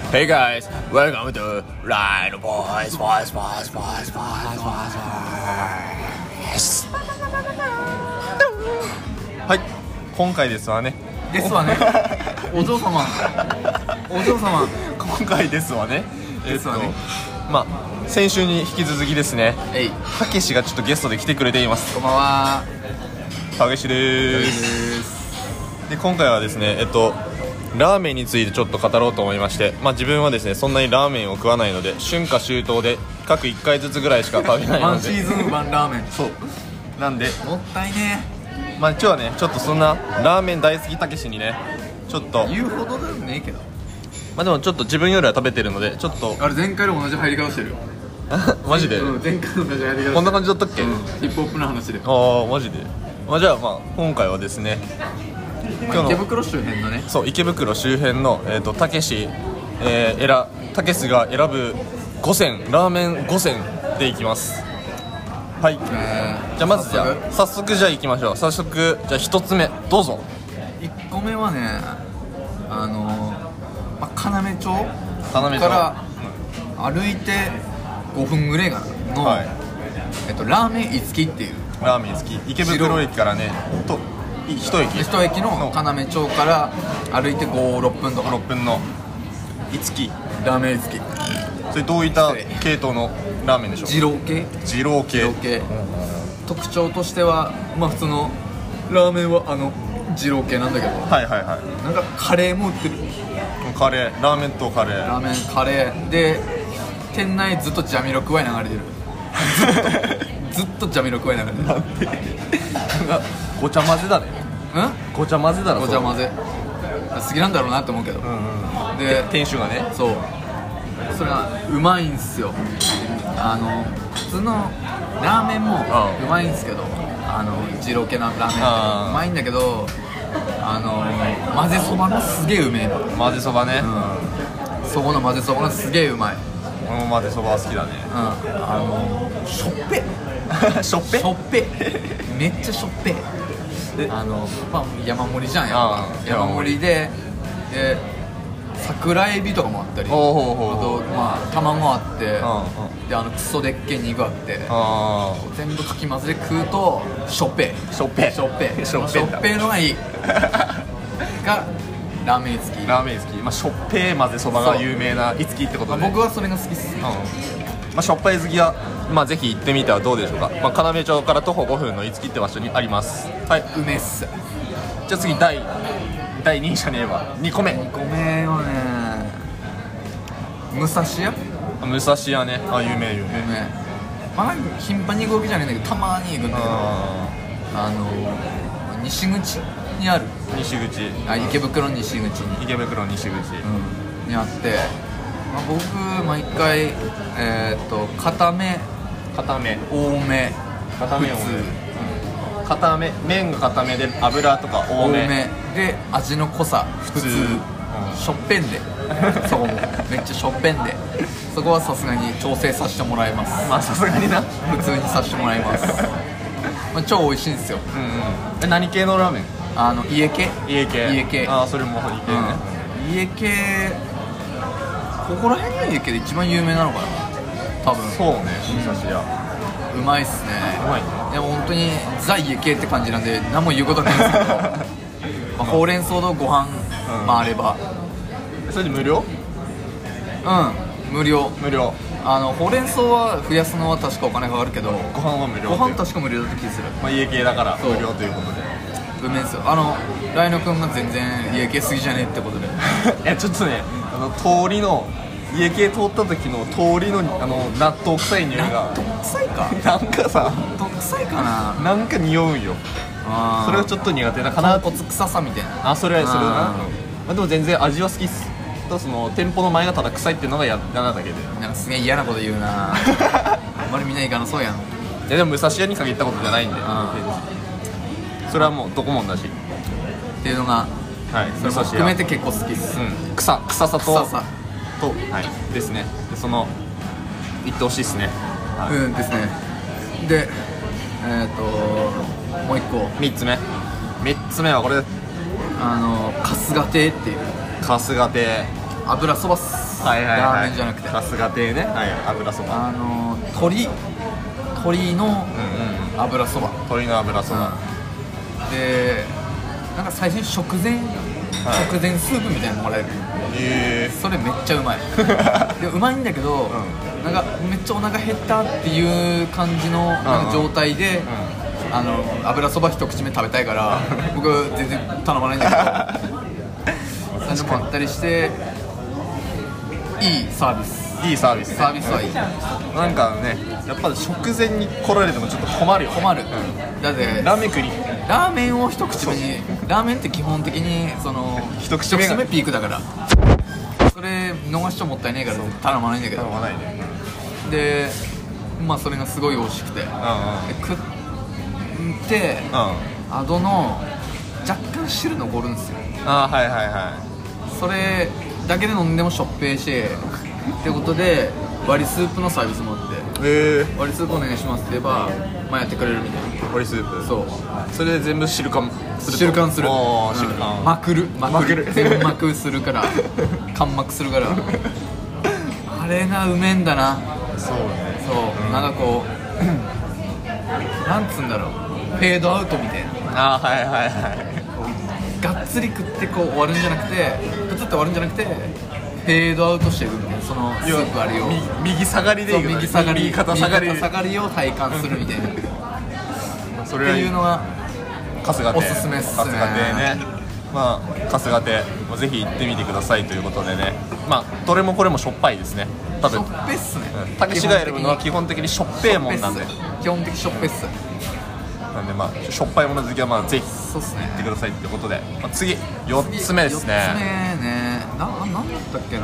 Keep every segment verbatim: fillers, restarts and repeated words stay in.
Hey guys, welcome to Rhino Boys, Boys, Boys, Boys, Boys, Boys. はい、今回ですわね。 ですわね。お嬢様。お嬢様。 今回ですわね。えー、っと、 ね、 まあ先週に引き続きですね。 えい。 たけしがちょっとゲストで来てくれています。 こんばんは。 たけしでーす。で今回はですね、えっと。ラーメンについてちょっと語ろうと思いまして、まあ、自分はですねそんなにラーメンを食わないので春夏秋冬で各いっかいずつぐらいしか食べないのでワンシーズンワンラーメンそうなんでもったいねまあ今日はねちょっとそんなラーメン大好きたけしにねちょっと言うほどでもねえけど、 まあでもちょっと自分よりは食べてるのでちょっとあれ前回と同じ入り方してるよマジで、 うん、前回と同じ入り方こんな感じだったっけ、 うん、ヒップホップの話でああマジで、まあ、じゃあまあ今回はですねまあ、池袋周辺のねそう池袋周辺のえっ、ー、とたけしえー、えらたけしが選ぶご選ラーメンご選でいきますはい、 えー、 じゃあまずじゃあ早速じゃあいきましょう早速じゃあひとつめどうぞいっこめはねあのー、まあ、要町要町から歩いてごふんぐらいかなの、はいえっと、ラーメンいつきっていうラーメンいつき池袋駅からねと一駅一駅の要町から歩いてご、ろっぷんとかろっぷんのいつきラーメンいつきそれどういった系統のラーメンでしょう二郎系二郎系、 二郎系、うん、特徴としてはまあ普通のラーメンはあの二郎系なんだけどはいはいはいなんかカレーも売ってるカレーラーメンとカレーラーメンカレーで店内ずっとジャミロクワイ流れてるずっとずっとジャミロクワイ流れてるなんでごちゃ混ぜだねうんごちゃ混ぜだろごちゃ混ぜ好きなんだろうなって思うけど、うんうん、で店主がねそうそれがうまいんすよあの普通のラーメンもうまいんすけどあの二郎系のラーメンってうまいんだけどあの混ぜそばのすげえうめえの混ぜそばね、 うん、そこの混ぜそばのすげえうまい俺も混ぜそばは好きだねうんあのしょっぺしょっぺしょっぺめっちゃしょっぺあの、まあ、山盛りじゃんやっぱ山盛りでで桜エビとかもあったりあと、まあ、卵あってであのクソでっけえ肉あって全部かき混ぜで食うとしょっぺしょっぺしょっぺしょっぺのがいいがラーメンいつきラーメンいつき、まあ、しょっぺ混ぜそばが有名ないつきってことで、 まあ、僕はそれが好きっす、うんまあ、しょっぱい好きは、まあ、ぜひ行ってみてはどうでしょうか、まあ、要町から徒歩ごふんのいつきって場所にありますはい梅っすじゃあ次第第にいじゃねえわにこめにこめはね武蔵屋武蔵屋ねあ有名有名有名まあ頻繁に行くわけじゃないんだけどたまに行くんだけどあの西口にある西口あ池袋西口に池袋西口、 うん、にあって、まあ、僕毎回えー、っと固め固め多め固め多め固め麺が固めで油とか多め、多めで味の濃さ普通、うん、しょっぺんでそこもめっちゃしょっぺんでそこはさすがに調整させてもらいますまあさすがにな普通にさせてもらいます、まあ、超美味しいんですよ、 うんうん、え何系のラーメンあの家系家系家系ああそれも家系ね、 うん、家系ここら辺の家系で一番有名なのかな多分そうね武蔵屋うまいっすねうまいねでも本当にザ家系って感じなんで何も言うことないんですけど、まあ、ほうれん草とご飯、うん、まああればそれで無料うん無料無料あのほうれん草は増やすのは確かお金かかるけどご飯は無料ご飯確か無料だった気がする、 まあ、家系だから無料ということでうめえんすよあのライノ君が全然家系好きじゃねえってことでいやちょっとねあの通りの家系通った時の通りのあの納豆臭い匂いが納豆臭いかなんかさ納豆臭いかななんか匂うんよあそれはちょっと苦手だかな豚骨臭さみたいなあそれはそれだなまあ、でも全然味は好きっすとその店舗の前がただ臭いっていうのが嫌なだけでなんかすげえ嫌なこと言うなあんまりみんな行かなそうやんいやでも武蔵屋に限ったことじゃないんでそれはもうどこも同じっていうのがはいそれも含めて結構好きっす、 うん、臭臭さと臭さと、はい、ですねでその言ってほしいっすね、 はい、うんですねでえっ、ー、ともう一個みっつめみっつめはこれあの春日亭っていう春日亭油そばっす、 はいはいはい、 ラーメンじゃなくて春日亭ね、はい、油そば、 あの鶏鶏の油そば、 鶏の油そば、 うん、でなんか最初に食前、はい、食前スープみたいなのもらえる。 へえ。 それめっちゃうまいでうまいんだけど、うん、なんかめっちゃお腹減ったっていう感じのなんか状態で、うんうん、あの油そば一口目食べたいから僕全然頼まないんだけどそういうのもあったりしていいサービスいいサービス、ね、 サービスはいい。 なんかね、やっぱ食前に来られてもちょっと困るよね。 困る、 うん、 だってラーメン食いにラーメンを一口目にラーメンって基本的にその一口目が一口目ピークだからそれ逃しちゃもったいないから頼まないんだけど、 頼まないね。 でまあそれがすごい美味しくて、うんうん、で食って、うん、アドの若干汁残るんですよ。 あはいはいはい。 それだけで飲んでもしょっぺいしってことで割りスープのサービスもあって、 えー、 割りスープお願いしますって言えば、まあ、やってくれるみたいな。 割りスープ、 そうそれで全部汁感する、 汁感する、 汁感、 うん、まくるまくる全膜するから完膜するからあれがうめえんだな。 そうね。 そう、うん、なんかこうなんつうんだろう、フェードアウトみたいな。 あはいはいはい。 がっつり食ってこう終わるんじゃなくて、プツって終わるんじゃなくてフェードアウトしていくみたいな。そのスープあれを右下がりでいく、 右下がり、 右肩下がり、 右肩下がりを体感するみたいなそれっていうのが春日亭、 おすすめっすね。 春日亭ね。まあ春日亭ぜひ行ってみてくださいということでね。まあどれもこれもしょっぱいですね。多分しょっぺっすね。 たけしが選ぶのは基本的にしょっぺいもんなんで、 基本的しょっぺっす。 なんでまあしょっぱいもの好きはまあぜひそうっすね、 行ってくださいってことで、まあ、次よっつめですね。 よっつめね、な、なんだったっけな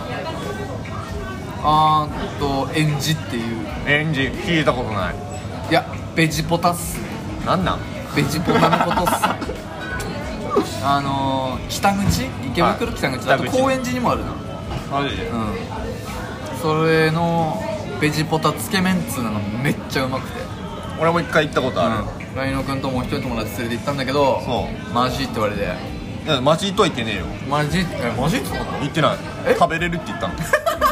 あーっとエンジっていう。 エンジ聞いたことない。 いやベジポタっすね。 なんなんベジポタのことっすあのー、北口池袋北口だと高円寺にもあるな。 マジで。 うん、それのベジポタつけ麺っつうのがめっちゃうまくて、 俺も一回行ったことある。 うん、ライノ君ともう一人友達連れて行ったんだけど、 そうマジって言われて、 いやマジとは言ってねえよ。 マジえマジって言った言ってない。食べれるって言ったの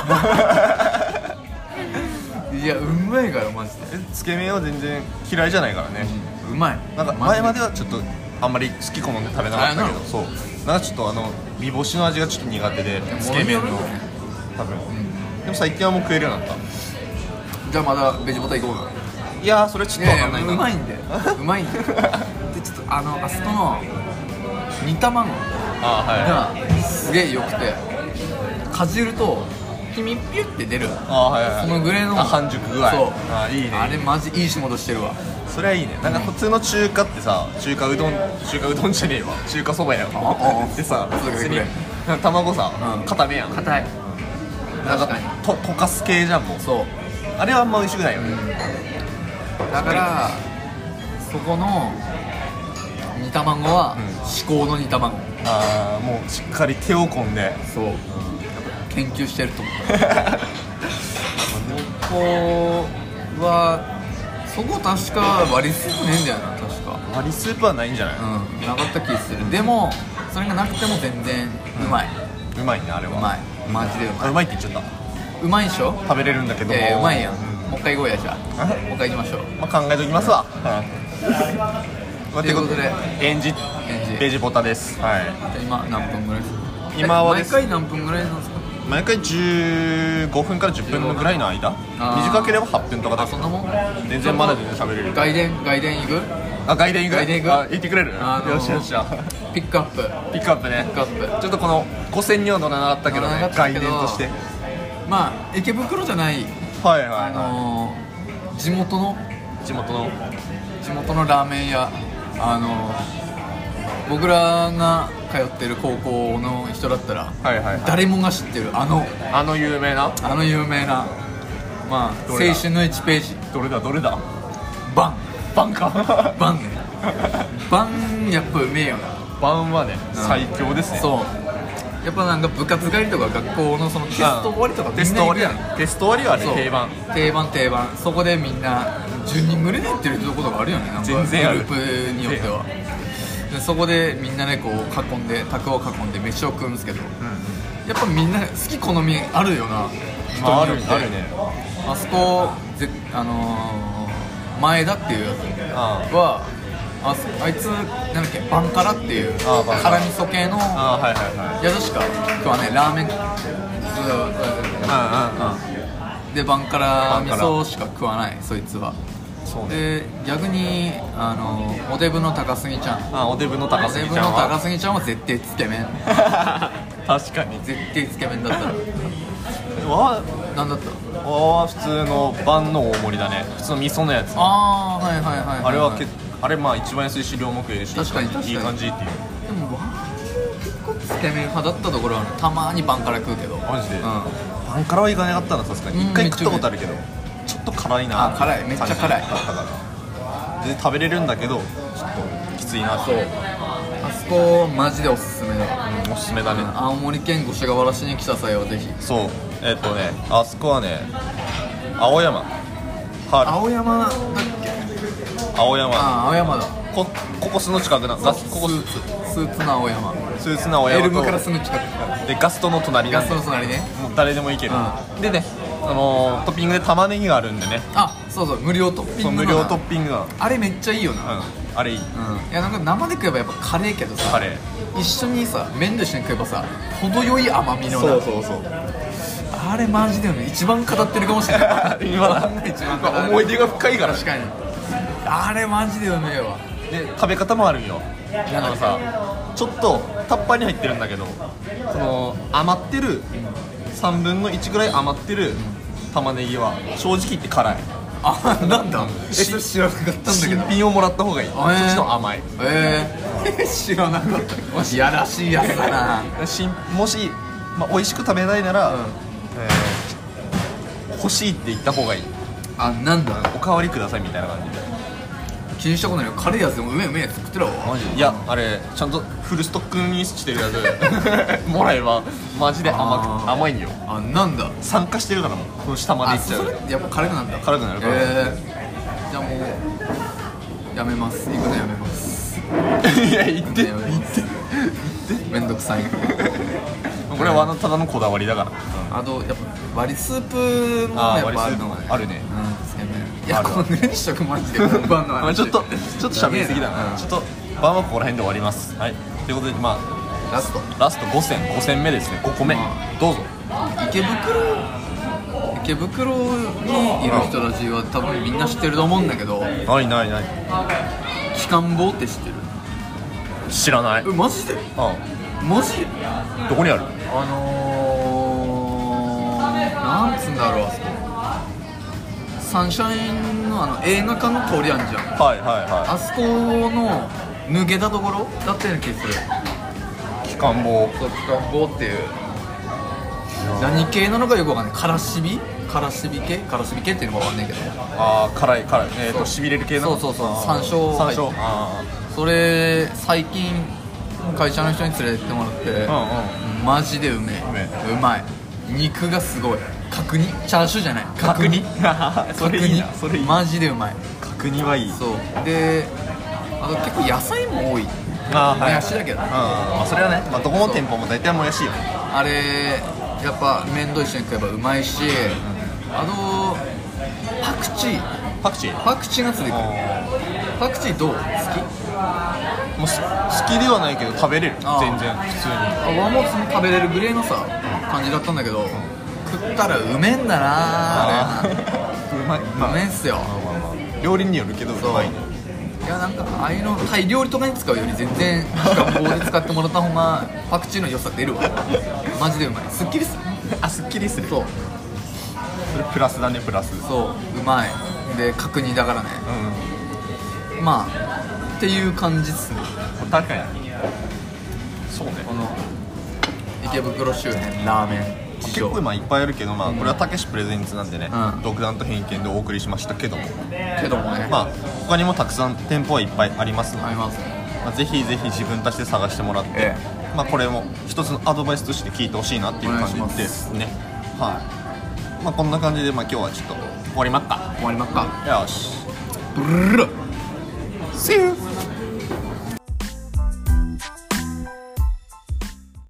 いやうまいからマジで。 つけ麺は全然嫌いじゃないからね、 うん、うまい。 なんか前まではちょっとあんまり好き好んで食べなかったけど、そうなんかちょっとあの煮干しの味がちょっと苦手で、つけ麺の多分、うん、でも最近はもう食えるようになった。 じゃあまだベジポタ行こうか。 いやーそれちょっと分かんないな。 うまいんでうまいんででちょっとあのあそこの煮卵がすげえ良くて、かじると黄身ピュッて出る。 あ、はいはいはい、 そのぐらいの半熟具合。 そう、 あいいね。 あれマジいい仕事してるわ。 それはいいね。なんか普通の中華ってさ、中華うどん中華うどんじゃねえわ、中華そばやんでさ、普通に卵さ固めやん。 硬い。確かにと溶かす系じゃん。もうそうあれはあんま美味しくないよね、 うん、だからそこの煮卵は至高の煮卵、うん、 ああもうしっかり手を込んで、 そう、うん、研究してると思ったここはそこ確か割りスープねえんだよな。確か割りスープはないんじゃない。 うんなかった気する。でもそれがなくても全然うまい、 うん、うまいね。あれはうまい、マジでうまい。 うまいって言っちゃった。 うまいでしょ。 食べれるんだけど、 えー、うまいやん、うん、もう一回行こうや。じゃあもう一回行きましょう。 まあ、考えときますわ、うん、 ということでエンジベジポタです。はい。 今何分ぐらいですか。 今はです毎回何分ぐらいなんですか。 毎回じゅうごふんからじゅっぷんぐらいの間。短ければはっぷんとかだけど、 そんなもん。 全然まだ全然喋れる。 外伝外伝行く。 あ外伝行く。 外伝行く。 あ行ってくれる。 あのー、 よしよしよし。 ピックアップピックアップね。 ピックアップ。 ちょっとこのごせんには乗らなかったけどね、概念として。 まあ池袋じゃない、 はいはい、はい、 あのー、地元の地元の地元のラーメン屋、あのー、僕らが通ってる高校の人だったら、はいはいはい、誰もが知ってるあのあの有名なあの有名な、まあ青春のいちページ。 どれだどれだ。 バンバンかバンねバンやっぱうめえよな。 バンはね、うん、最強ですね。そうやっぱなんか部活帰りとか学校のそのテスト終わりとかテスト終わりやん。テスト終わりはあれ定番定番定番。そこでみんなじゅうにんぐらいで行ってるところがあるよね。なんか全然ある。 グループによってはでそこでみんなねこう囲んで卓を囲んで飯を食うんですけど、うん、 やっぱみんな好き好みあるよな、人まあ、あるによって。 あるね。 あそこぜあのー、前田っていうやつあはあそあいつなんだっけバンカラっていうあバンカラ辛味噌系のあはいはいはい。 宿しか食わないラーメンあでバンカラ味噌しか食わないそいつは。 そうね。 で逆にあのおデブの高杉ちゃんあおデブの高おデブ杉ちゃんはの高杉ちゃんは絶対つけ麺確かに。 絶対つけ麺だったらわなんだったわ普通の万の大盛りだね。普通の味噌のやつ。 ああはいはいはいはい、はい、 あれはけあれまあ一番安いし量も食えるし、 確かに確かにいい感じっていう。 でもわ結構つけ麺派だったところはたまにバンカラ食うけどマジで。 うんバンカラはいかなかったな、さすがに。 うん一回食ったことあるけど、ちょっと辛いな。 あ辛いめっちゃ辛い感じだったからで食べれるんだけど、ちょっときついなって。 そうあそこマジでおすすめだ、 うんおすすめだね。 青森県五所川原市に来た際はぜひ。 そうえっとねあそこはね青山は青山だっけ。 青山ああ青山だ。 こココスの近くなガスココススーツスーツの青山スーツの青山とエルムからすぐ近くでガストの隣なガスんでトの隣ね。 もう誰でも行ける、 うでねあのートッピングで玉ねぎがあるんでね、 あそうそう無料トッピングのそう無料トッピングなの。 あれめっちゃいいよな。 うんあれいい。 うん、いやなんか生で食えばやっぱカレーけどさカレー一緒にさ麺と一緒に食えばさ程よい甘みのなそうそうそうあれマジでよね一番語ってるかもしれない今だ一番語ってる思い出が深いから確かにあれマジでうめえわ。 で食べ方もあるんよ。あのさちょっとタッパーに入ってるんだけど、その余ってるさんぶんのいちぐらい余ってる玉ねぎは正直言って辛い。 あなんだえしそれ知らなかったんだけ新ど品をもらった方がいい。そっあえーちの甘い。 えー、知らなかったもしやらしいやつだな新もし、まあ、美味しく食べたいなら、 うんえー欲しいって言った方がいい。 あなんだおかわりくださいみたいな感じで。 気にしたことないよ辛いやつでもうめえうめえ作ってるわいやあれちゃんとフルストックにしてるやつもらえばマジで甘くあー甘いんよ。 あなんだ酸化してるからもうこの下までいあっちゃそうれやっぱ辛くなるんだ辛くなるからえー、じゃあもうやめます行くのやめますいや言ってやめますめんどくさいこれはあのただのこだわりだから。 あとやっぱ割りスープもやっぱあるのがねあ割りスープあるねうんつけ麺いやあるこのにしとくマジで本番の話まあちょっとちょっと喋りすぎだな、 うんちょっと晩はここら辺で終わります。はいということでまあラストラストご戦ご戦目ですね。ごこめどうぞ。 池袋池袋にいる人たちは多分みんな知ってると思うんだけどないないない機関棒って知ってる？ 知らない。 えマジで？ あマジで？ あどこにある？ あのー、なんつうんだろうあそこサンシャインのあの映画館の通りあんじゃん。 はいはいはあそこの抜けたところだったような気がする。 い機関棒。 そう機関棒っていう何系なのかよくわかんない。からしびからしび系からしび系っていうのかわかんないけどああ辛い辛いえっ、ー、 そうとしびれる系のそうそうそうあー山椒山入って椒あそれ最近会社の人に連れてってもらってあうんうんマジでうめえうめえうまい肉がすごい角煮チャーシューじゃない角煮それいいなそれいいマジでうまい角煮はいい。 そうであと結構野菜も多いあーはいもやしだけどうんまあそれはね、まあ、どこの店舗も大体もやしいよね。 あれやっぱ麺と一緒に食えばうまいしあとパクチーパクチーパクチーがついてくるパクチーどう好き？ もうす好きではないけど食べれるあー全然普通に。 あワンモツも食べれるぐらいのさ感じだったんだけど食ったらうめえんだなああーうまいれまあうめえんすよまあまあまあ料理によるけどうそうまいね。 いやなんかああいうのタイ料理とかに使うより全然機関棒で使ってもらった方がパクチーの良さ出るわマジでうまいすっきりするあすっきりする。 そうそれプラスだねプラス。うんそううまいで角煮だからねまあっていう感じっすね確かにそうね。 この池袋周辺ラーメン事結情構今いっぱいあるけどまあこれはたけしプレゼンツなんでね、 うん独断と偏見でお送りしましたけども、 けどもねまあ他にもたくさん店舗はいっぱいありますので、 ありますねまあ、ぜひぜひ自分たちで探してもらって、 えまあこれも一つのアドバイスとして聞いてほしいなっていう感じお願いしますですね。はいまあこんな感じでまあ今日はちょっと終わりまっか。 終わりまっかよしブルルル See you